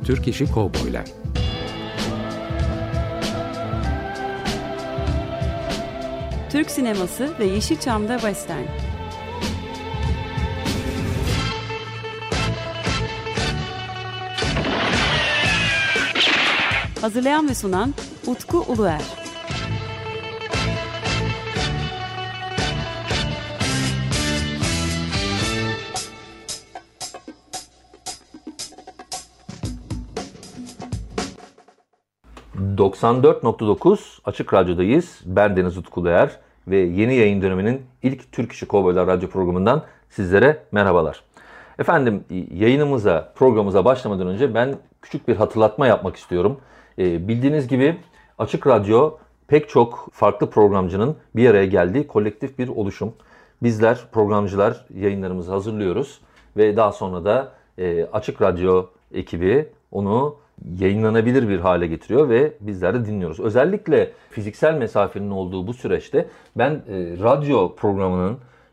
Türk İşi Kovboylar. Türk sineması ve Yeşilçam'da Western. Hazırlayan ve sunan Utku Uluer. ...94.9 Açık Radyo'dayız. Ben Deniz Utku Uluer ve yeni yayın döneminin ilk Türk İşi Kovboylar radyo programından sizlere merhabalar. Efendim, programımıza başlamadan önce ben küçük bir hatırlatma yapmak istiyorum. Bildiğiniz gibi Açık Radyo pek çok farklı programcının bir araya geldiği kolektif bir oluşum. Bizler, programcılar yayınlarımızı hazırlıyoruz ve daha sonra da Açık Radyo ekibi onu yayınlanabilir bir hale getiriyor ve bizler de dinliyoruz. Özellikle fiziksel mesafenin olduğu bu süreçte ben radyo programının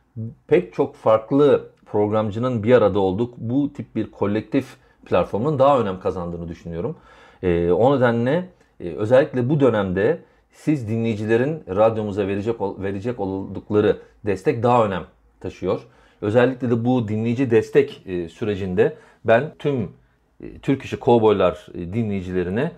pek çok farklı programcının bir arada olduğu bu tip bir kolektif platformun daha önem kazandığını düşünüyorum. O nedenle özellikle bu dönemde siz dinleyicilerin radyomuza verecek oldukları destek daha önem taşıyor. Özellikle de bu dinleyici destek sürecinde ben tüm Türk İşi Kovboylar dinleyicilerine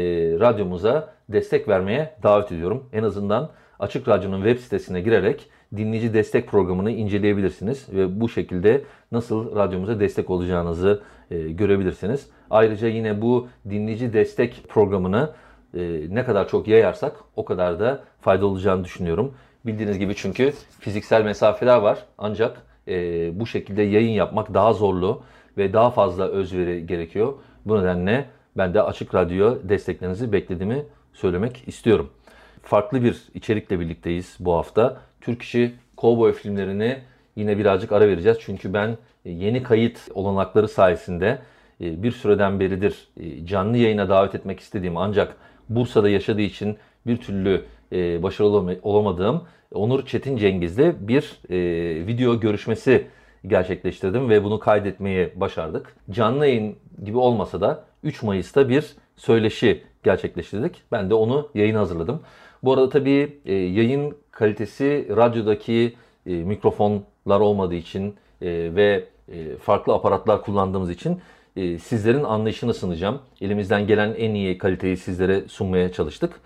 radyomuza destek vermeye davet ediyorum. En azından Açık Radyo'nun web sitesine girerek dinleyici destek programını inceleyebilirsiniz ve bu şekilde nasıl radyomuza destek olacağınızı görebilirsiniz. Ayrıca yine bu dinleyici destek programını ne kadar çok yayarsak o kadar da faydalı olacağını düşünüyorum. Bildiğiniz gibi çünkü fiziksel mesafeler var, ancak bu şekilde yayın yapmak daha zorlu ve daha fazla özveri gerekiyor. Bu nedenle ben de Açık Radyo desteklerinizi beklediğimi söylemek istiyorum. Farklı bir içerikle birlikteyiz bu hafta. Türk İşi Kovboy filmlerini yine birazcık ara vereceğiz. Çünkü ben yeni kayıt olanakları sayesinde bir süreden beridir canlı yayına davet etmek istediğim, ancak Bursa'da yaşadığı için bir türlü başarılı olamadığım Onur Çetin Cengiz'le bir video görüşmesi gerçekleştirdim ve bunu kaydetmeyi başardık. Canlı yayın gibi olmasa da 3 Mayıs'ta bir söyleşi gerçekleştirdik. Ben de onu yayına hazırladım. Bu arada tabii yayın kalitesi radyodaki mikrofonlar olmadığı için ve farklı aparatlar kullandığımız için sizlerin anlayışını sınayacağım. Elimizden gelen en iyi kaliteyi sizlere sunmaya çalıştık.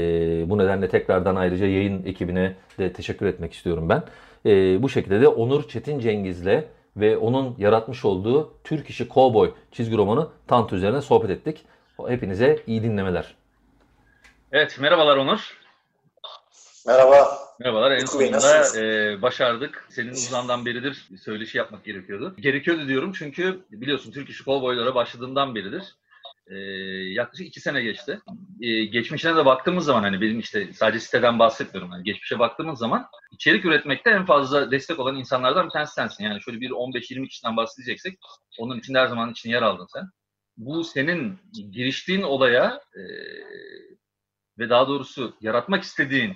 Bu nedenle tekrardan ayrıca yayın ekibine de teşekkür etmek istiyorum ben. Bu şekilde de Onur Çetin Cengiz'le ve onun yaratmış olduğu Türk İşi Kovboy çizgi romanı Tantu üzerine sohbet ettik. Hepinize iyi dinlemeler. Evet, merhabalar Onur. Merhaba. Merhabalar. En sonunda başardık. Senin uzandan beridir söyleşi yapmak gerekiyordu. Gerekiyordu diyorum çünkü biliyorsun Türk İşi Kovboylara başladığımdan beridir yaklaşık 2 sene geçti. Geçmişine de baktığımız zaman, hani benim işte sadece siteden bahsetmiyorum. Yani geçmişe baktığımız zaman içerik üretmekte en fazla destek olan insanlardan bir tanesi sensin. Yani şöyle bir 15-20 kişiden bahsedeceksek onun içinde her zaman için yer aldın sen. Bu senin giriştiğin olaya ve daha doğrusu yaratmak istediğin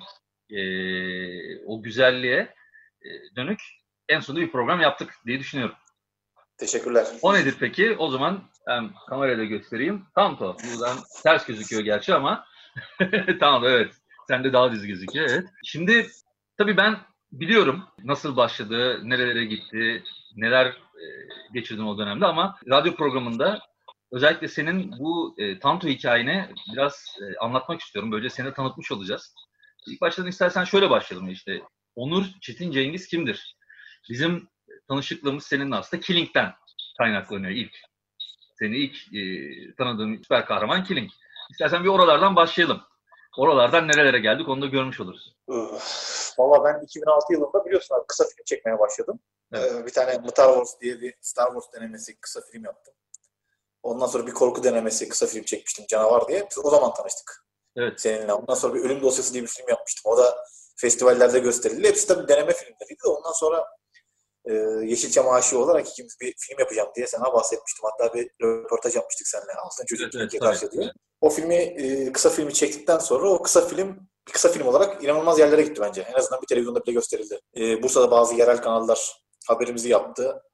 o güzelliğe dönük en sonunda bir program yaptık diye düşünüyorum. Teşekkürler. O nedir peki? O zaman ben kamerayla göstereyim. Tanto. Buradan ters gözüküyor gerçi ama tamam, evet. Sende daha düz gözüküyor, evet. Şimdi tabii ben biliyorum nasıl başladı, nerelere gitti, neler geçirdin o dönemde, ama radyo programında özellikle senin bu Tanto hikayeni biraz anlatmak istiyorum. Böylece seni tanıtmış olacağız. İlk baştan istersen şöyle başlayalım işte. Onur Çetin Cengiz kimdir? Bizim tanışıklığımız seninle aslında Killing'den kaynaklanıyor ilk. Seni ilk tanıdığım süper kahraman Killing. İstersen bir oralardan başlayalım. Oralardan nerelere geldik onu da görmüş oluruz. Valla ben 2006 yılında biliyorsun abi kısa film çekmeye başladım. Evet. Bir tane Star Wars diye bir Star Wars denemesi kısa film yaptım. Ondan sonra bir korku denemesi kısa film çekmiştim, Canavar diye. Biz o zaman tanıştık. Evet. Seninle. Ondan sonra bir Ölüm Dosyası diye bir film yapmıştım. O da festivallerde gösterildi. Hepsi tabii deneme filmleriydi de ondan sonra Yeşilçam aşığı olarak ikimiz bir film yapacağım diye sana bahsetmiştim. Hatta bir röportaj yapmıştık seninle. Altın Çocuk Türkiye karşı diye. O filmi, kısa filmi çektikten sonra o kısa film olarak inanılmaz yerlere gitti bence. En azından bir televizyonda bile gösterildi. Bursa'da bazı yerel kanallar haberimizi yaptı.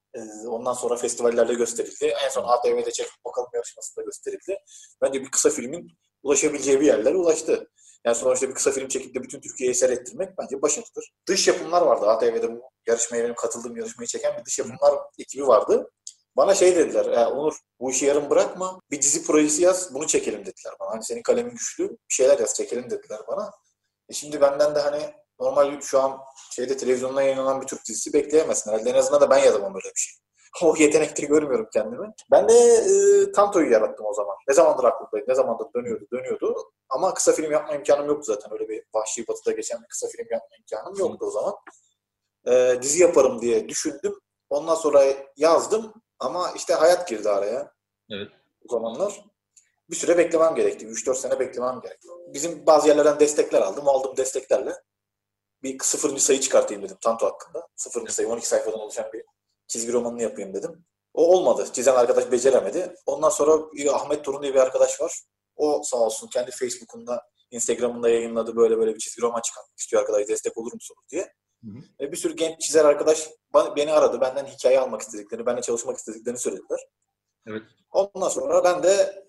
Ondan sonra festivallerde gösterildi. En son ATV'de Çek Bakalım yarışmasında gösterildi. Bence bir kısa filmin ulaşabileceği bir yerlere ulaştı. Yani sonuçta bir kısa film çekip de bütün Türkiye'yi seyrettirmek bence başarıdır. Dış yapımlar vardı ATV'de, bu yarışmaya, benim katıldığım yarışmayı çeken bir dış yapımlar ekibi vardı. Bana şey dediler, Onur bu işi yarım bırakma, bir dizi projesi yaz, bunu çekelim dediler bana. Hani senin kalemin güçlü, bir şeyler yaz, çekelim dediler bana. Şimdi benden de hani normal şu an televizyonda yayınlanan bir Türk dizisi bekleyemezsin herhalde. En azından da ben yazamam böyle bir şey. O yetenekte görmüyorum kendimi. Ben de Tanto'yu yarattım o zaman. Ne zamandır aklımdaydı, ne zamandır dönüyordu. Ama kısa film yapma imkanım yoktu zaten. Öyle bir Vahşi Batı'da geçen bir kısa film yapma imkanım yoktu o zaman. Dizi yaparım diye düşündüm. Ondan sonra yazdım ama işte hayat girdi araya. Evet. O zamanlar. Bir süre beklemem gerekti. 3-4 sene beklemem gerekti. Bizim bazı yerlerden destekler aldım. Aldığım desteklerle bir 0. sayı çıkartayım dedim Tanto hakkında. 0. sayı 12 sayfadan oluşan bir çizgi romanını yapayım dedim. O olmadı. Çizen arkadaş beceremedi. Ondan sonra Ahmet Torun diye bir arkadaş var. O sağ olsun kendi Facebook'unda, Instagram'ında yayınladı, böyle bir çizgi roman çıkartmak istiyor arkadaş, destek olur musunuz diye. Bir sürü genç çizer arkadaş beni aradı. Benden hikaye almak istediklerini, benimle çalışmak istediklerini söylediler. Evet. Ondan sonra ben de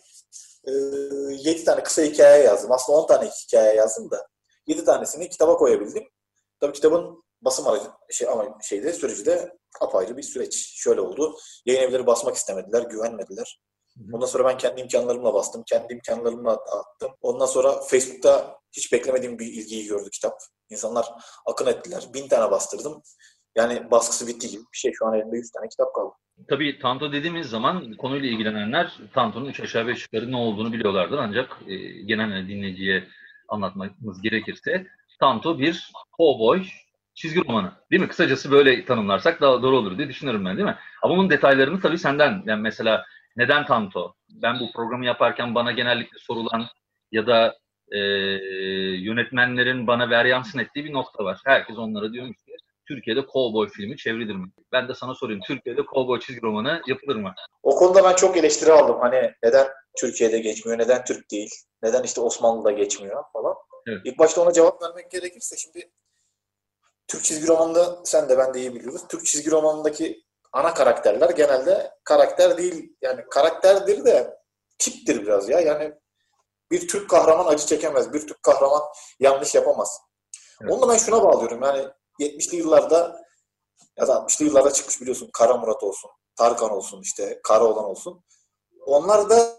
7 tane kısa hikaye yazdım. Aslında 10 tane hikaye yazdım da 7 tanesini kitaba koyabildim. Tabii kitabın basım aracı süreci de apayrı bir süreç. Şöyle oldu. Yayın evleri basmak istemediler, güvenmediler. Ondan sonra ben kendi imkanlarımla bastım. Kendi imkanlarımla attım. Ondan sonra Facebook'ta hiç beklemediğim bir ilgiyi gördü kitap. İnsanlar akın ettiler. 1000 tane bastırdım. Yani baskısı bitti gibi bir şey. Şu an elimde 100 tane kitap kaldı. Tabii Tanto dediğimiz zaman konuyla ilgilenenler Tanto'nun 3 aşağı 5 yukarı ne olduğunu biliyorlardır. Ancak genel dinleyiciye anlatmamız gerekirse Tanto bir cowboy çizgi romanı. Değil mi? Kısacası böyle tanımlarsak daha doğru olur diye düşünüyorum ben, değil mi? Ama bunun detaylarını tabii senden. Yani mesela neden Tanto? Ben bu programı yaparken bana genellikle sorulan ya da yönetmenlerin bana veryansın ettiği bir nokta var. Herkes onlara diyormuş ki Türkiye'de cowboy filmi çevrilir mi? Ben de sana sorayım. Türkiye'de cowboy çizgi romanı yapılır mı? O konuda ben çok eleştiri aldım. Hani neden Türkiye'de geçmiyor, neden Türk değil, neden işte Osmanlı'da geçmiyor falan. Evet. İlk başta ona cevap vermek gerekirse şimdi Türk çizgi romanında sen de ben de iyi biliyoruz. Türk çizgi romanındaki ana karakterler genelde karakter değil. Yani karakterdir de tiptir biraz ya. Yani bir Türk kahraman acı çekemez. Bir Türk kahraman yanlış yapamaz. Evet. Onu da ben şuna bağlıyorum. Yani 70'li yıllarda ya da 60'lı yıllarda çıkmış biliyorsun. Kara Murat olsun, Tarkan olsun, işte Karaoğlan olsun. Onlar da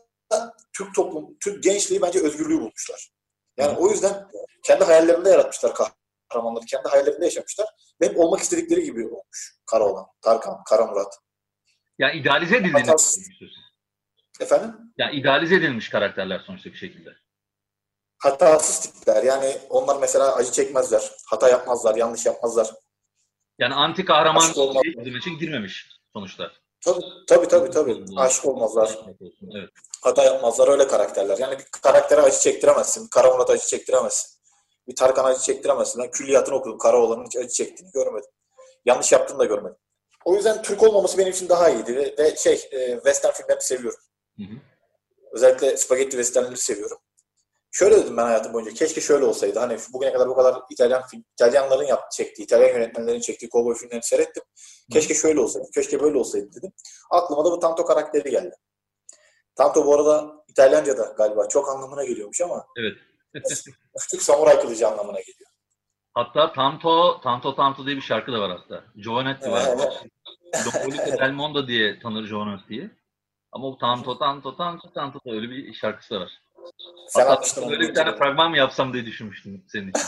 Türk gençliği bence özgürlüğü bulmuşlar. Yani o yüzden kendi hayallerinde yaratmışlar kahramanları. Kendi hayallerinde yaşamışlar. Ve hep olmak istedikleri gibi olmuş. Karaoğlan, Tarkan, Kara Murat. Yani idealize edildiğini Efendim? Yani idealize edilmiş karakterler sonuçta bir şekilde. Hatasız tipler. Yani onlar mesela acı çekmezler. Hata yapmazlar, yanlış yapmazlar. Yani anti kahraman bizim için girmemiş sonuçta. Tabii. Aşık olmazlar. Evet. Hata yapmazlar. Öyle karakterler. Yani bir karaktere acı çektiremezsin. Kara Murat'a acı çektiremezsin. Bir Tarkan acı çektiremezsin. Ben külliyatını okudum. Karaoğlan'ın hiç acı çektiğini görmedim. Yanlış yaptığını da görmedim. O yüzden Türk olmaması benim için daha iyiydi. Ve western filmlerini seviyorum. Hı. Özellikle spagetti westernleri seviyorum. Şöyle dedim ben hayatım boyunca. Keşke şöyle olsaydı. Hani bugüne kadar bu kadar İtalyanların çektiği, İtalyan yönetmenlerin çektiği kovboy filmlerini seyrettim. Keşke şöyle olsaydı. Keşke böyle olsaydı dedim. Aklıma da bu Tanto karakteri geldi. Tanto bu arada İtalyanca'da galiba çok anlamına geliyormuş ama. Evet. Küçük samuray kılıcı anlamına geliyor. Hatta Tanto diye bir şarkı da var hatta. Giovanetti var. Don Belmondo diye tanır Giovanetti'yi. Ama bu Tanto da öyle bir şarkısı da var. Hatta böyle bir tane fragman mı yapsam diye düşünmüştüm senin için.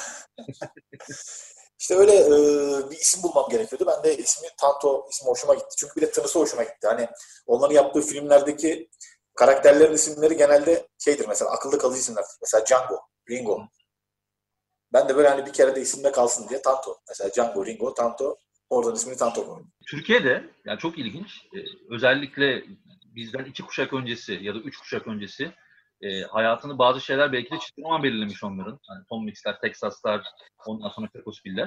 İşte öyle bir isim bulmam gerekiyordu. Ben de Tanto ismi hoşuma gitti. Çünkü bir de tınısı hoşuma gitti. Hani onların yaptığı filmlerdeki karakterlerin isimleri genelde mesela akılda kalıcı isimlerdir. Mesela Django, Ringo. Ben de böyle hani bir kere de isimde kalsın diye Tanto. Mesela Django, Ringo, Tanto. Oradan ismini Tanto koydum. Türkiye'de yani çok ilginç. Özellikle bizden 2 kuşak öncesi ya da 3 kuşak öncesi hayatını bazı şeyler belki de çizgi roman belirlemiş onların. Yani Tom Mix'ler, Texas'lar, ondan sonra Kakospiller.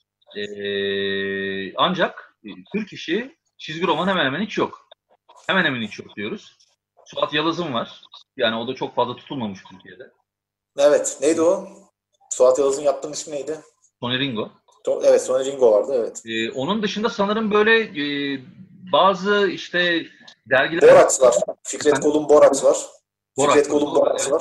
Ancak Türk işi çizgi roman hemen hemen hiç yok. Hemen hemen hiç yok diyoruz. Suat Yalaz'ın var. Yani o da çok fazla tutulmamış Türkiye'de. Evet. Neydi o? Suat Yalaz'ın yaptığı ismi neydi? Tony Ringo. Evet, Tony Ringo vardı, evet. Onun dışında sanırım böyle bazı işte dergiler... Borax var. Fikret Kol'un Borax var. Borax, Fikret Kol'un Borax evet. var.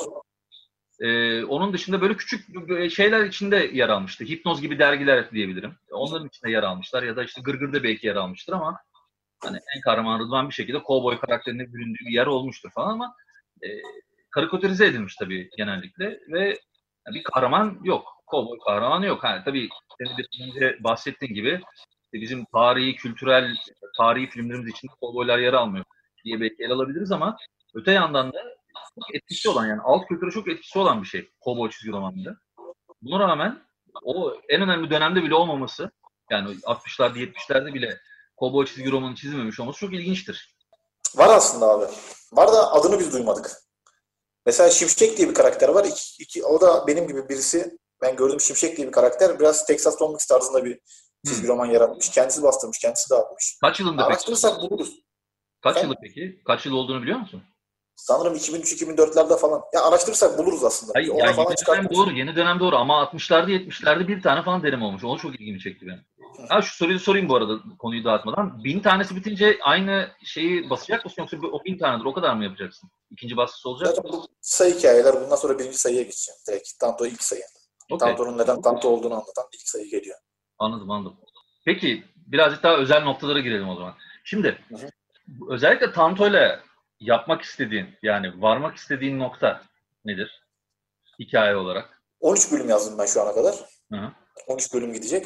Onun dışında böyle küçük şeyler içinde yer almıştı. Hipnoz gibi dergiler diyebilirim. Onların içinde yer almışlar ya da işte Gırgır'da belki yer almıştır ama hani en kahraman Rıdvan bir şekilde kovboy karakterine büründüğü bir yer olmuştur falan ama karikatürize edilmiş tabii genellikle ve bir kahraman yok. Kovboy kahramanı yok. Yani tabii senin biraz önce bahsettiğin gibi işte bizim tarihi, kültürel, tarihi filmlerimiz için kovboylar yer almıyor diye belki ele alabiliriz ama öte yandan da çok etkisi olan yani alt kültüre çok etkisi olan bir şey kovboy çizgi romanında. Buna rağmen o en önemli dönemde bile olmaması yani 60'larda 70'lerde bile kovboy çizgi romanı çizilmemiş olması çok ilginçtir. Var aslında abi. Var da adını biz duymadık. Mesela Şimşek diye bir karakter var. O da benim gibi birisi. Ben gördüm Şimşek diye bir karakter. Biraz Texas Tomix tarzında bir çizgi roman yaratmış. Kendisi bastırmış, kendisi dağıtmış. Kaç yılında peki? Araştırırsak buluruz. Kaç yılı peki? Kaç yıl olduğunu biliyor musun? Sanırım 2003-2004'lerde falan. Ya araştırırsak buluruz aslında. Hayır, Ona yani falan yeni dönem doğru ama 60'larda 70'lerde bir tane falan derim olmuş. O çok ilgimi çekti benim. Ha, şu soruyu sorayım bu arada konuyu dağıtmadan. 1000 tanesi bitince aynı şeyi basacak mısın yoksa o 1000 tanedir o kadar mı yapacaksın? İkinci baskısı olacak mı? Zaten bu sayı hikayeler bundan sonra birinci sayıya geçeceğim. Direkt Tanto ilk sayı. Okay. Tanto'nun neden Tanto olduğunu anlatan ilk sayı geliyor. Anladım. Peki birazcık daha özel noktalara girelim o zaman. Şimdi özellikle Tanto'yla yapmak istediğin yani varmak istediğin nokta nedir? Hikaye olarak. 13 bölüm yazdım ben şu ana kadar. Hı-hı. 13 bölüm gidecek.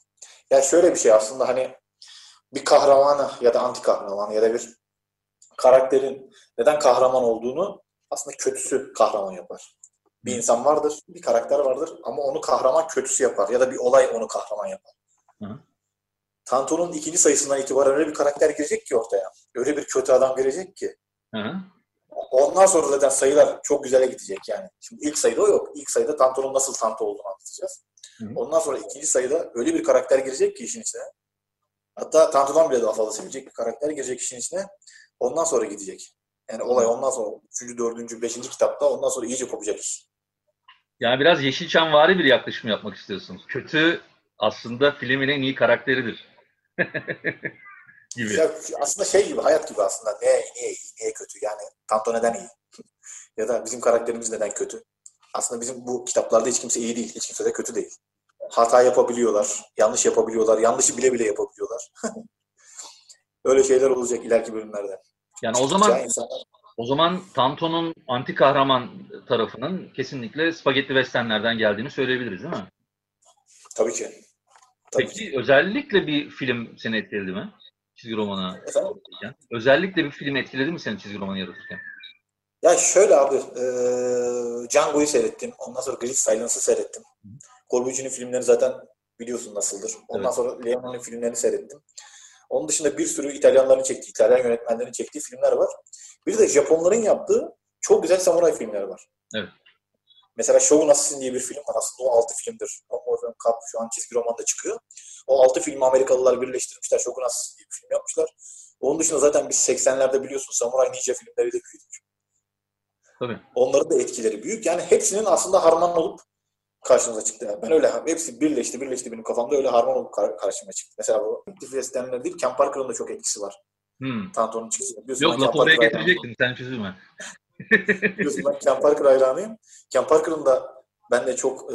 Ya şöyle bir şey aslında hani bir kahramanı ya da anti kahramanı ya da bir karakterin neden kahraman olduğunu aslında kötüsü kahraman yapar. Bir insan vardır, bir karakter vardır ama onu kahraman kötüsü yapar ya da bir olay onu kahraman yapar. Hı-hı. Tanto'nun ikinci sayısından itibaren öyle bir karakter girecek ki ortaya. Öyle bir kötü adam girecek ki. Hı-hı. Ondan sonra zaten sayılar çok güzele gidecek yani. Şimdi ilk sayıda o yok. İlk sayıda Tanto'nun nasıl Tanto olduğunu anlatacağız. Hı-hı. Ondan sonra ikinci sayıda öyle bir karakter girecek ki işin içine. Hatta Tanto'dan bile daha fazla sevilecek bir karakter girecek işin içine. Ondan sonra gidecek. Yani olay ondan sonra 3. 4. 5. kitapta ondan sonra iyice kopacak iş. Yani biraz Yeşilçamvari bir yaklaşım yapmak istiyorsun. Kötü aslında filmin en iyi karakteridir. gibi. Ya aslında şey gibi, hayat gibi aslında. Niye iyi, niye kötü? Yani Tanto neden iyi? Ya da bizim karakterimiz neden kötü? Aslında bizim bu kitaplarda hiç kimse iyi değil. Hiç kimse de kötü değil. Hata yapabiliyorlar. Yanlış yapabiliyorlar. Yanlışı bile bile yapabiliyorlar. Öyle şeyler olacak ileriki bölümlerde. Yani o zaman Tanto'nun anti kahraman tarafının kesinlikle spagetti westernlerden geldiğini söyleyebiliriz değil mi? Tabii ki. Peki özellikle bir film seni etkiledi mi? Çizgi romanı yaratırken. Özellikle bir film etkiledi mi seni çizgi romanı yaratırken? Ya şöyle abi, Django'yu seyrettim. Ondan sonra Great Silence'ı seyrettim. Corbucci'nin filmlerini zaten biliyorsun nasıldır. Ondan sonra Leone'nin filmlerini seyrettim. Onun dışında bir sürü İtalyan yönetmenlerin çektiği filmler var. Bir de Japonların yaptığı çok güzel samuray filmleri var. Evet. Mesela Shogun Assassin diye bir film var. Aslında o 6 filmdir. Şu an çizgi romanda çıkıyor. O 6 filmi Amerikalılar birleştirmişler. Shogun Assassin diye bir film yapmışlar. Onun dışında zaten biz 80'lerde biliyorsun samuray ninja filmleriyle büyüdük. Tabii. Onların da etkileri büyük. Yani hepsinin aslında harman olup karşımıza çıktı. Yani ben öyle hepsi birleşti benim kafamda öyle harman olup karşıma çıktı. Mesela bu Westernler değil, Ken Parker'ın da çok etkisi var. Tanto'nun çıkışı. Yok lafı oraya getirecektim, sen çözülme. Biliyorsun ben Ken Parker hayranıyım. Ken Parker'ın da bende çok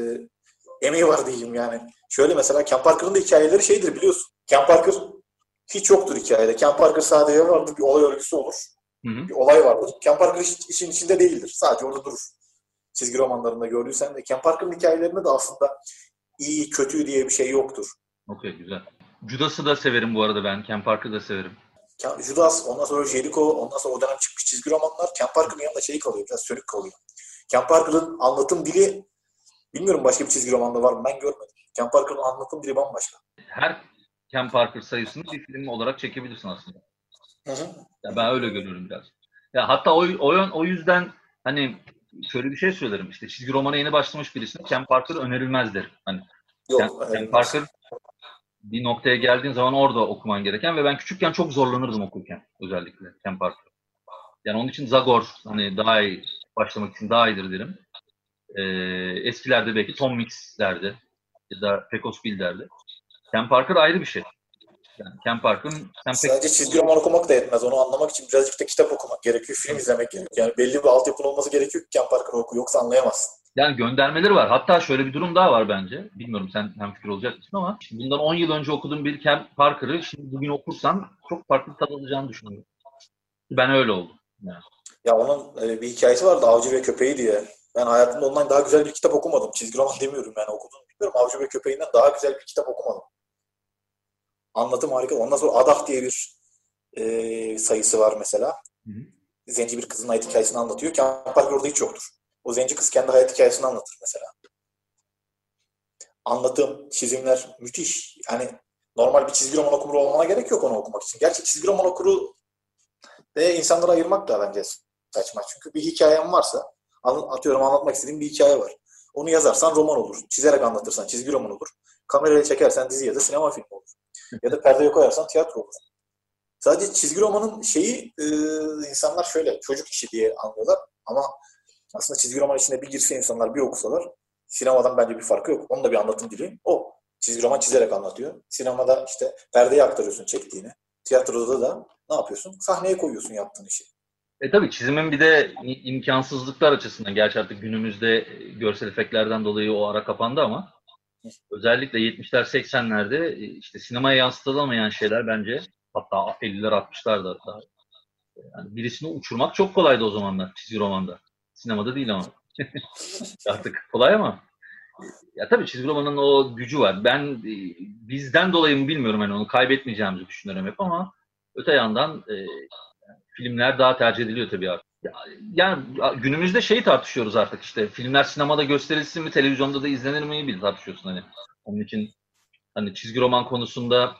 emeği var diyeyim yani. Şöyle mesela Ken Parker'ın da hikayeleri şeydir biliyorsun. Ken Parker hiç yoktur hikayede. Ken Parker sadece vardır, bir olay örgüsü olur. Bir olay vardır. Ken Parker işin içinde değildir. Sadece orada durur. Çizgi romanlarında gördüysen de Ken Parker'ın hikayelerinde de aslında iyi, kötü diye bir şey yoktur. Okey, güzel. Judas'ı da severim bu arada ben. Ken Parker'ı da severim. Judas, ondan sonra Jericho, ondan sonra o dönem çıkmış çizgi romanlar. Ken Parker'ın yanında şey kalıyor, biraz sönük kalıyor. Ken Parker'ın anlatım dili, bilmiyorum başka bir çizgi romanda var mı, ben görmedim. Ken Parker'ın anlatım dili bambaşka. Her Ken Parker sayısını bir film olarak çekebilirsin aslında. Hı. Ya ben öyle görüyorum biraz. Ya hatta o yüzden hani şöyle bir şey söylerim işte çizgi romana yeni başlamış birisine Ken Parker önerilmezdir. Hani Ken Parker bir noktaya geldiğin zaman orada okuman gereken ve ben küçükken çok zorlanırdım okurken özellikle Ken Parker. Yani onun için Zagor hani daha iyi başlamak için daha iyidir derim. Eskilerde belki Tom Mix derdi ya da Pecos Bill derdi. Ken Parker ayrı bir şey. Yani Ken Parker'ın Sadece çizgi roman okumak da yetmez. Onu anlamak için birazcık da kitap okumak gerekiyor. Film izlemek gerekiyor. Yani belli bir altyapın olması gerekiyor ki Ken Parker'ı oku. Yoksa anlayamazsın. Yani göndermeleri var. Hatta şöyle bir durum daha var bence. Bilmiyorum sen hemfikir olacak mısın ama şimdi bundan 10 yıl önce okuduğum bir Ken Parker'ı şimdi bugün okursan çok farklı bir tad alacağını düşünüyorum. Ben öyle oldum. Yani. Ya onun bir hikayesi vardı, Avcı ve Köpeği diye. Ben hayatımda ondan daha güzel bir kitap okumadım. Çizgi roman demiyorum yani, okudum bilmiyorum. Avcı ve Köpeği'nden daha güzel bir kitap okumadım. Anlatım harika. Ondan sonra Adak diye bir sayısı var mesela. Hı hı. Zenci bir kızın hayat hikayesini anlatıyor. Ken Parker orada hiç yoktur. O zenci kız kendi hayat hikayesini anlatır mesela. Anlatım, çizimler müthiş. Yani normal bir çizgi roman okuru olmana gerek yok onu okumak için. Gerçi çizgi roman okuru ve insanları ayırmak da bence saçma. Çünkü bir hikayem varsa, atıyorum anlatmak istediğim bir hikaye var. Onu yazarsan roman olur. Çizerek anlatırsan çizgi roman olur. Kamerayla çekersen dizi ya da sinema filmi olur. Ya da perdeye koyarsan tiyatro olur. Sadece çizgi romanın şeyi insanlar şöyle çocuk işi diye anlıyorlar. Ama aslında çizgi roman içine bir girse insanlar, bir okusalar, sinemadan bence bir farkı yok. Onun da bir anlatım dili o. Çizgi roman çizerek anlatıyor. Sinemada işte perdeye aktarıyorsun çektiğini. Tiyatroda da ne yapıyorsun? Sahneye koyuyorsun yaptığın işi. Tabii çizimin bir de imkansızlıklar açısından, gerçi artık günümüzde görsel efektlerden dolayı o ara kapandı ama özellikle 70'ler 80'lerde işte sinemaya yansıtılamayan şeyler bence, hatta 50'ler 60'lar da hatta. Yani birisini uçurmak çok kolaydı o zamanlar çizgi romanda. Sinemada değil ama. Artık kolay ama. Ya tabii çizgi romanın o gücü var. Ben bizden dolayı mı bilmiyorum, hani onu kaybetmeyeceğimizi düşünüyorum hep ama öte yandan filmler daha tercih ediliyor tabii artık. Yani günümüzde şeyi tartışıyoruz artık, işte filmler sinemada gösterilsin mi, televizyonda da izlenir mi bile tartışıyorsun hani. Onun için hani çizgi roman konusunda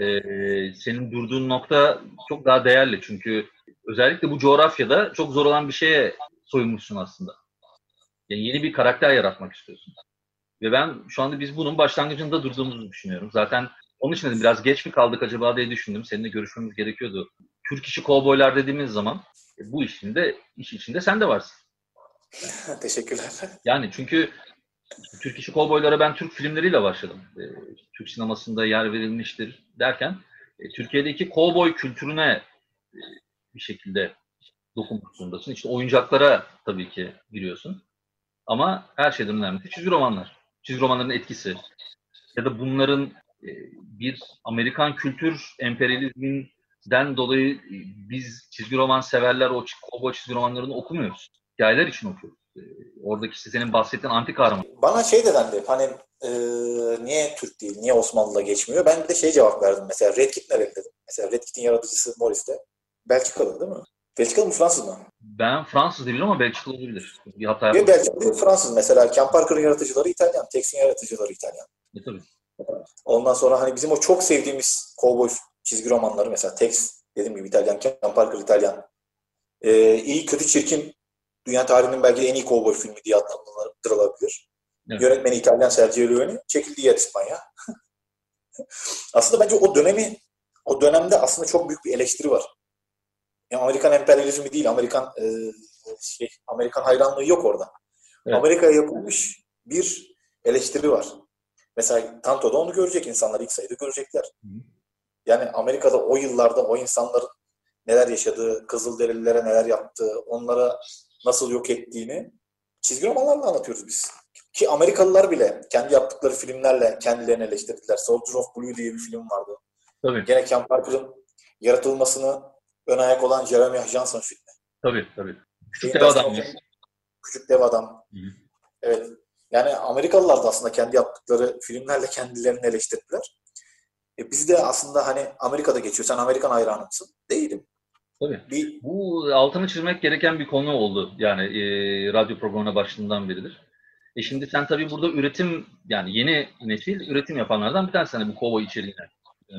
senin durduğun nokta çok daha değerli, çünkü özellikle bu coğrafyada çok zor olan bir şeye soyunmuşsun aslında. Yani yeni bir karakter yaratmak istiyorsun. Ve ben şu anda biz bunun başlangıcında durduğumuzu düşünüyorum. Zaten onun için de biraz geç mi kaldık acaba diye düşündüm. Seninle görüşmemiz gerekiyordu. Türk işi kovboylar dediğimiz zaman bu iş içinde sen de varsın. Teşekkürler. Yani çünkü Türk işi kovboylara ben Türk filmleriyle başladım. Türk sinemasında yer verilmiştir derken Türkiye'deki kovboy kültürüne bir şekilde dokunmak zorundasın. İşte oyuncaklara tabii ki giriyorsun. Ama her şeyden önemlisi çizgi romanlar. Çizgi romanların etkisi. Ya da bunların bir Amerikan kültür emperyalizminden dolayı biz çizgi roman severler o kovboy çizgi romanlarını okumuyoruz. Hikayeler için okuyoruz. Oradaki işte senin bahsettiğin anti kahraman. Bana şey de dendi, hani niye Türk değil, niye Osmanlı'da geçmiyor? Ben bir de şey cevap verdim mesela, Red Kit nereli dedim. Mesela Red Kit'in yaratıcısı Maurice de Belçikalı değil mi? Belçikalı mı, Fransız mı? Ben Fransız değilim ama Belçikalı olabilir. Bir hata Ya yapmadım. Belçikalı değil, Fransız. Mesela Ken Parker'ın yaratıcıları İtalyan, Tex'in yaratıcıları İtalyan. Tabii. Ondan sonra hani bizim o çok sevdiğimiz kovboy çizgi romanları, mesela Tex dediğim gibi İtalyan, Ken Parker İtalyan. İyi Kötü Çirkin dünya tarihinin belki en iyi kovboy filmi diye adlandırılabilir. Evet. Yönetmeni İtalyan Sergio Leone, çekildiği yer İspanya. Aslında bence o dönemde aslında çok büyük bir eleştiri var. Yani Amerikan emperyalizmi değil, Amerikan hayranlığı yok orada. Evet. Amerika'ya yapılmış bir eleştiri var. Mesela Tanto'da onu görecek insanlar, ilk sayıda görecekler. Yani Amerika'da o yıllarda o insanların neler yaşadığı, Kızılderililere neler yaptığı, onlara nasıl yok ettiğini çizgi romanlarla anlatıyoruz biz. Ki Amerikalılar bile kendi yaptıkları filmlerle kendilerini eleştirdiler. Soldier of Blue diye bir film vardı. Tabii. Gene Ken Parker'ın yaratılmasını ön ayak olan Jeremy Johnson filmi. Tabii. Küçük dev adam. Küçük dev adam. Hı. Evet. Yani Amerikalılar da aslında kendi yaptıkları filmlerle kendilerini eleştirdiler. Biz de aslında hani Amerika'da geçiyor. Sen Amerikan hayranı mısın? Değilim. Tabii. Bu altını çizmek gereken bir konu oldu. Yani radyo programına başladığından beridir. Şimdi sen tabii burada üretim, yani yeni nesil üretim yapanlardan bir tanesi hani bu kovboy içeriğine.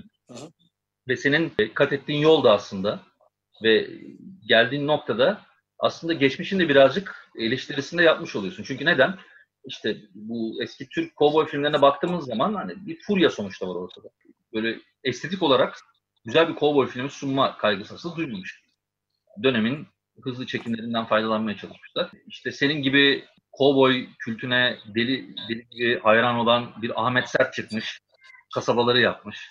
Ve senin kat ettiğin yol da aslında ve geldiğin noktada aslında geçmişin de birazcık eleştirisini de yapmış oluyorsun. Çünkü neden? İşte bu eski Türk kovboy filmlerine baktığımız zaman hani bir furya sonuçta var ortada. Böyle estetik olarak güzel bir kovboy filmi sunma kaygısı aslında duymamış. Dönemin hızlı çekimlerinden faydalanmaya çalışmışlar. İşte senin gibi kovboy kültüne deli gibi hayran olan bir Ahmet Sert çıkmış. Kasabaları yapmış.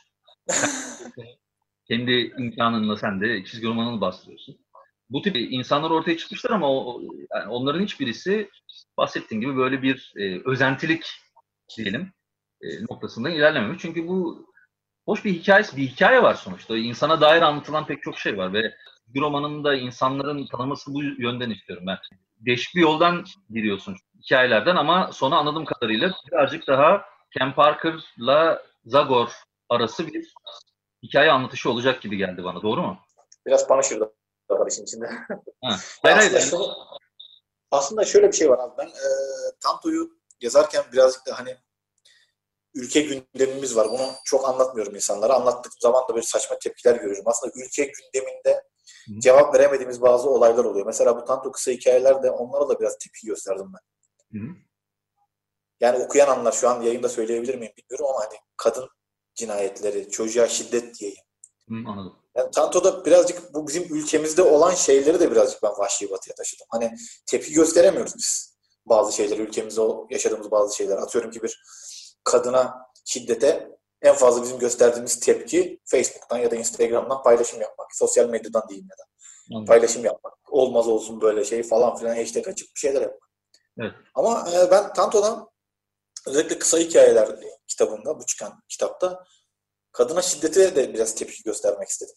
Kendi imkanınla sen de çizgi romanını bastırıyorsun. Bu tip insanlar ortaya çıkmışlar ama yani onların hiçbirisi bahsettiğim gibi böyle bir özentilik diyelim noktasında ilerlememiş. Çünkü bu hoş bir hikaye var sonuçta. İnsana dair anlatılan pek çok şey var ve bir romanın da insanların tanıması bu yönden istiyorum ben. Değişik bir yoldan giriyorsun hikayelerden ama sonu anladığım kadarıyla birazcık daha Ken Parker'la Zagor arası bir hikaye anlatışı olacak gibi geldi bana. Doğru mu? Biraz Punisher da var işin içinde. Ha. Hayır. Aslında şöyle bir şey var abi. Ben Tanto'yu yazarken birazcık da hani ülke gündemimiz var. Bunu çok anlatmıyorum insanlara. Anlattığım zaman da böyle saçma tepkiler görüyorum. Aslında ülke gündeminde cevap veremediğimiz bazı olaylar oluyor. Mesela bu Tanto kısa hikayelerde onlara da biraz tepki gösterdim ben. Hı. Yani okuyan anlar, şu an yayında söyleyebilir miyim bilmiyorum ama hani kadın cinayetleri, çocuğa şiddet diyeyim. Anladım. Yani Tanto'da birazcık bu bizim ülkemizde olan şeyleri de birazcık ben Vahşi Batı'ya taşıdım. Hani tepki gösteremiyoruz biz bazı şeyler, ülkemizde yaşadığımız bazı şeyler. Atıyorum ki bir kadına şiddete en fazla bizim gösterdiğimiz tepki Facebook'tan ya da Instagram'dan paylaşım yapmak. Sosyal medyadan diyeyim ya da. Paylaşım yapmak. Olmaz olsun böyle şey falan filan, hashtag açıp bir şeyler yapmak. Evet. Ama ben Tanto'dan özellikle kısa hikayeler kitabında, bu çıkan kitapta kadına şiddete de biraz tepki göstermek istedim.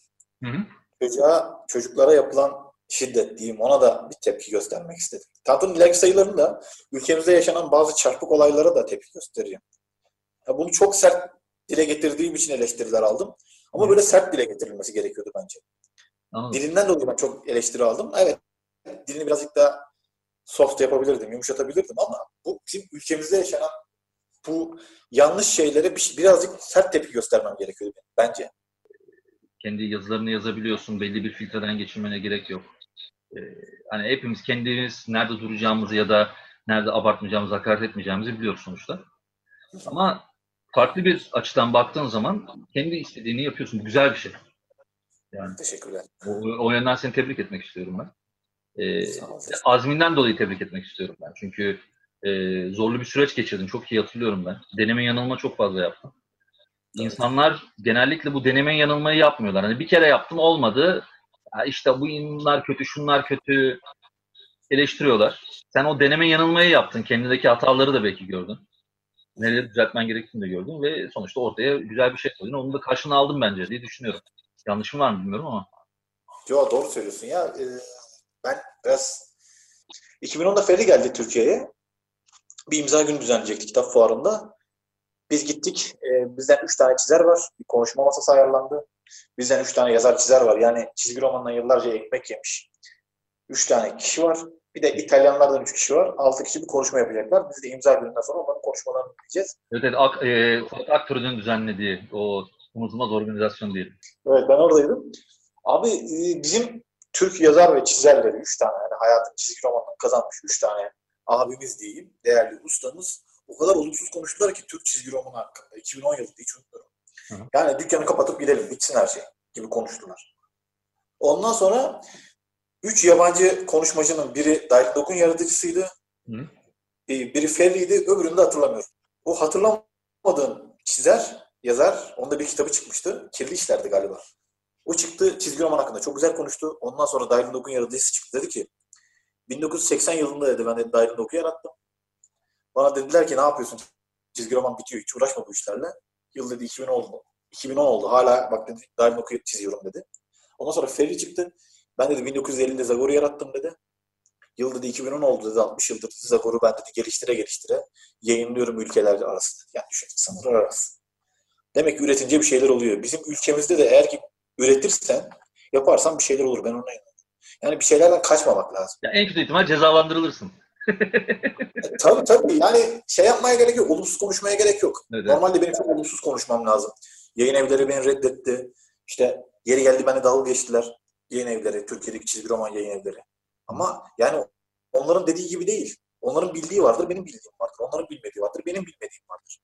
Çocuklara yapılan şiddet diyeyim, ona da bir tepki göstermek istedim. Tanto'nun ileriki sayılarında ülkemizde yaşanan bazı çarpık olaylara da tepki göstereceğim. Ya bunu çok sert dile getirdiğim için eleştiriler aldım. Ama böyle sert dile getirilmesi gerekiyordu bence. Anladım. Dilinden dolayı ben çok eleştiri aldım. Evet, dilini birazcık daha soft yapabilirdim, yumuşatabilirdim ama bu bizim ülkemizde yaşanan bu yanlış şeylere birazcık sert tepki göstermem gerekiyordu bence. Kendi yazılarını yazabiliyorsun, belli bir filtreden geçirmene gerek yok. Hani hepimiz kendimiz nerede duracağımızı ya da nerede abartmayacağımızı, hakaret etmeyeceğimizi biliyoruz sonuçta. Ama farklı bir açıdan baktığın zaman kendi istediğini yapıyorsun. Bu güzel bir şey. Yani, teşekkürler. O yönden seni tebrik etmek istiyorum ben. Azminden dolayı tebrik etmek istiyorum ben. Çünkü zorlu bir süreç geçirdin. Çok iyi hatırlıyorum ben. Deneme yanılma çok fazla yaptım. Evet. İnsanlar genellikle bu deneme yanılmayı yapmıyorlar. Hani bir kere yaptım olmadı. Ya işte bunlar kötü, şunlar kötü eleştiriyorlar. Sen o deneme yanılmayı yaptın. Kendindeki hataları da belki gördün. Neleri düzeltmen gerektiğini de gördün ve sonuçta ortaya güzel bir şey koydun. Onun da karşılığını aldım bence diye düşünüyorum. Yanlışım var mı bilmiyorum ama. Yo, doğru söylüyorsun ya. Ben biraz 2010'da Ferdi geldi Türkiye'ye. Bir imza günü düzenleyecekti kitap fuarında. Biz gittik. Bizden 3 tane çizer var. Bir konuşma masası ayarlandı. Bizden 3 tane yazar çizer var. Yani çizgi romandan yıllarca ekmek yemiş 3 tane kişi var. Bir de İtalyanlardan 3 kişi var. 6 kişi bir konuşma yapacaklar. Biz de imza gününden sonra onların konuşmalarını dinleyeceğiz. Evet, Fuat Aktürk'ün düzenlediği o unutulmaz organizasyon diyelim. Evet, ben oradaydım. Abi bizim Türk yazar ve çizerleri 3 tane, yani hayatın çizgi romanını kazanmış 3 tane abimiz diyeyim, değerli ustamız o kadar olumsuz konuştular ki Türk çizgi romanı hakkında. 2010 yılında hiç unutmuyorum. Yani dükkanı kapatıp gidelim, bitsin her şey gibi konuştular. Ondan sonra 3 yabancı konuşmacının biri David Dokun yaratıcısıydı. Biri Ferri'ydi, öbürünü de hatırlamıyorum. O hatırlamadığım yazar, onda bir kitabı çıkmıştı. Kirli İşler'di galiba. O çıktı, çizgi roman hakkında çok güzel konuştu. Ondan sonra David Dokun yaratıcısı çıktı, dedi ki 1980 yılında dedi, ben de David Dokun yarattım. Bana dediler ki ne yapıyorsun? Çizgi roman bitiyor, hiç uğraşma bu işlerle. Yıl dedi 2010 oldu. 2010 oldu. Hala bak dedi, David Dokun çiziyorum dedi. Ondan sonra Ferri çıktı. Ben dedi 1950'de Zagor'u yarattım dedi. Yıl dedi 2010 oldu dedi, 60 yıldır dedi, Zagor'u ben dedi geliştire yayınlıyorum ülkeler arası. Yani düşün, sınırlar arası. Demek ki üretince bir şeyler oluyor. Bizim ülkemizde de eğer ki üretirsen, yaparsan bir şeyler olur. Ben ona inanıyorum. Yani bir şeylerden kaçmamak lazım. Ya en kötü ihtimal cezalandırılırsın. Tabii. Yani şey yapmaya gerek yok. Olumsuz konuşmaya gerek yok. Evet. Normalde benim çok olumsuz konuşmam lazım. Yayın evleri beni reddetti. İşte yeri geldi beni dalga geçtiler. Yayın evleri, Türkiye'deki çizgi roman yayın evleri. Ama yani onların dediği gibi değil. Onların bildiği vardır, benim bildiğim vardır. Onların bilmediği vardır, benim bilmediğim vardır.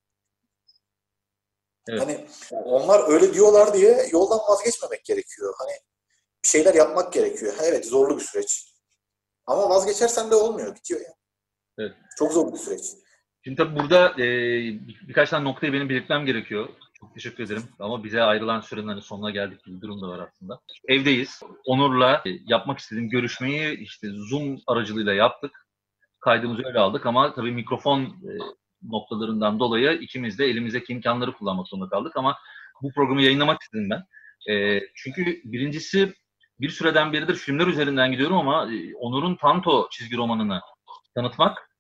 Evet. Hani onlar öyle diyorlar diye yoldan vazgeçmemek gerekiyor. Hani bir şeyler yapmak gerekiyor. Evet, zorlu bir süreç. Ama vazgeçersen de olmuyor, bitiyor ya. Evet. Çok zor bir süreç. Şimdi tabii burada birkaç tane noktayı benim belirtmem gerekiyor. Çok teşekkür ederim. Ama bize ayrılan sürenin sonuna geldik gibi bir durum da var aslında. Evdeyiz. Onur'la yapmak istediğim görüşmeyi işte Zoom aracılığıyla yaptık. Kaydımızı öyle aldık ama tabii mikrofon noktalarından dolayı ikimiz de elimizdeki imkanları kullanmak zorunda kaldık. Ama bu programı yayınlamak istedim ben. Çünkü birincisi bir süreden beridir filmler üzerinden gidiyorum ama Onur'un Tanto çizgi romanını tanıtmak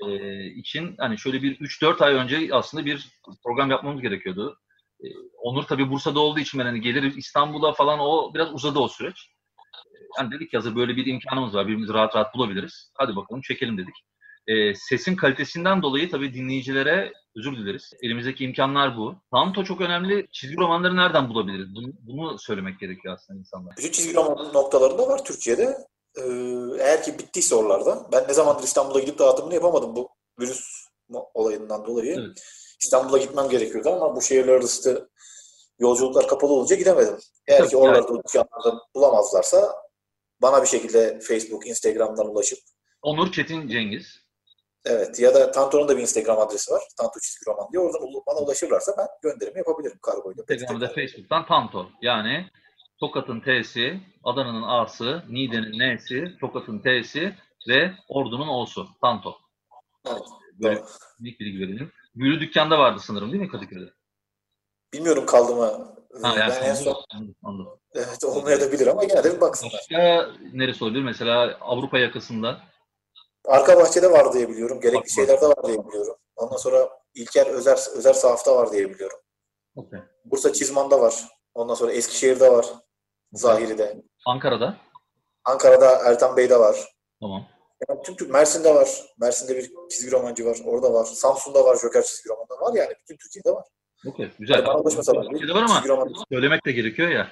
için hani şöyle bir 3-4 ay önce aslında bir program yapmamız gerekiyordu. Onur tabii Bursa'da olduğu için ben hani gelir İstanbul'a falan o biraz uzadı o süreç. Yani dedik hazır böyle bir imkanımız var. Birbirimizi rahat rahat bulabiliriz. Hadi bakalım çekelim dedik. Sesin kalitesinden dolayı tabii dinleyicilere özür dileriz. Elimizdeki imkanlar bu. Tanto çok önemli. Çizgi romanları nereden bulabiliriz? Bunu söylemek gerekiyor aslında insanlar. Bütün çizgi roman noktalarında var Türkiye'de. Eğer ki bittiyse oralarda. Ben ne zamandır İstanbul'a gidip dağıtımını yapamadım bu virüs olayından dolayı. Evet. İstanbul'a gitmem gerekiyordu ama bu şehirler arası yolculuklar kapalı olunca gidemedim. Eğer tabii ki oralarda o dükkanlarda bulamazlarsa bana bir şekilde Facebook, Instagram'dan ulaşıp Onur Çetin Cengiz. Evet ya da Tanto'nun da bir Instagram adresi var. Tanto çizgi roman diye. Oradan bana ulaşırlarsa ben gönderimi yapabilirim kargoyla. Instagram'da, Facebook'tan Tanto. Yani Tokat'ın T'si, Adana'nın A'sı, Niğde'nin N'si, Tokat'ın T'si ve Ordu'nun O'su. Tanto. Evet. Böyle ilk bilgi verelim. Büyülü dükkanda vardı sanırım değil mi Kadıköy'de? Bilmiyorum kaldı mı? Yani ben en son... Anladım. Evet olmayabilir ama gene de bir baksınlar. Başka neresi olabilir? Mesela Avrupa yakasında. Arka bahçede var diye biliyorum. Gerekli şeylerde var diye biliyorum. Ondan sonra İlker Özer Sahaf'ta var diye biliyorum. Okay. Bursa Çizman'da var. Ondan sonra Eskişehir'de var. Zahiri'de. Ankara'da? Ankara'da Ertan Bey'de var. Tamam. Yani çünkü Mersin'de var. Mersin'de bir çizgi romancı var. Orada var. Samsun'da var. Joker çizgi romanı var. Yani bütün Türkiye'de var. Okay, güzel. Bana ulaşmasalar. Türkiye'de var ama söylemek de gerekiyor ya.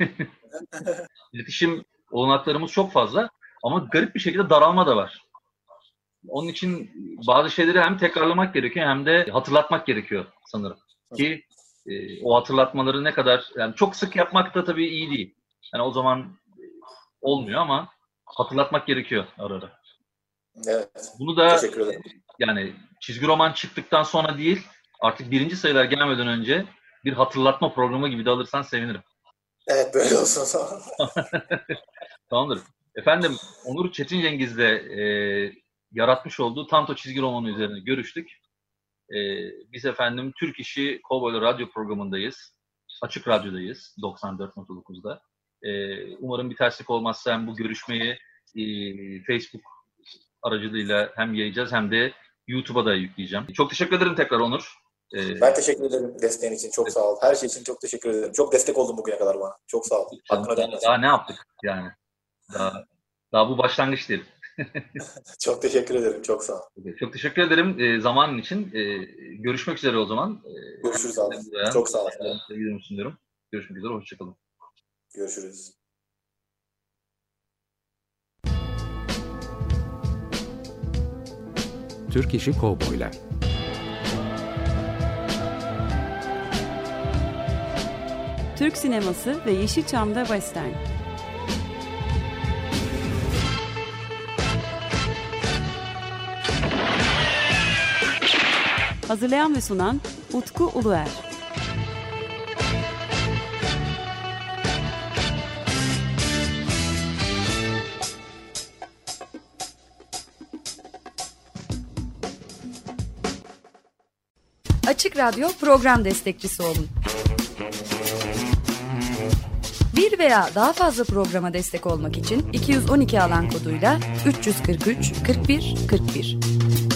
İletişim olanaklarımız çok fazla ama garip bir şekilde daralma da var. Onun için bazı şeyleri hem tekrarlamak gerekiyor hem de hatırlatmak gerekiyor sanırım. Ki o hatırlatmaları ne kadar, yani çok sık yapmak da tabii iyi değil. Yani o zaman olmuyor ama hatırlatmak gerekiyor ara ara. Evet. Bunu da yani çizgi roman çıktıktan sonra değil, artık birinci sayılar gelmeden önce bir hatırlatma programı gibi de alırsan sevinirim. Evet böyle olsun. Tamamdır. Efendim Onur Çetin Cengiz'le yaratmış olduğu Tanto çizgi romanı üzerine görüştük. Biz efendim Türk İşi Kovboylar Radyo programındayız. Açık Radyo'dayız 94.9'da. Umarım bir terslik olmazsa hem bu görüşmeyi Facebook aracılığıyla hem yayacağız hem de YouTube'a da yükleyeceğim. Çok teşekkür ederim tekrar Onur. Ben teşekkür ederim desteğin için. Çok sağ ol. Her şey için çok teşekkür ederim. Çok destek oldun bugüne kadar bana. Çok sağ ol. Daha ne yaptık yani? Daha bu başlangıç değil. Çok teşekkür ederim. Çok sağ ol. Çok teşekkür ederim zamanın için. Görüşmek üzere o zaman. Görüşürüz abi. Çok sağ ol. Sevgilerimi sunuyorum. Görüşmek üzere. Hoşçakalın. Görüşürüz. Türk İşi Kovboylar. Türk sineması ve Yeşilçam'da Western. Hazırlayan ve sunan Utku Uluer. Açık Radyo program destekçisi olun. Bir veya daha fazla programa destek olmak için 212 alan koduyla 343 41 41.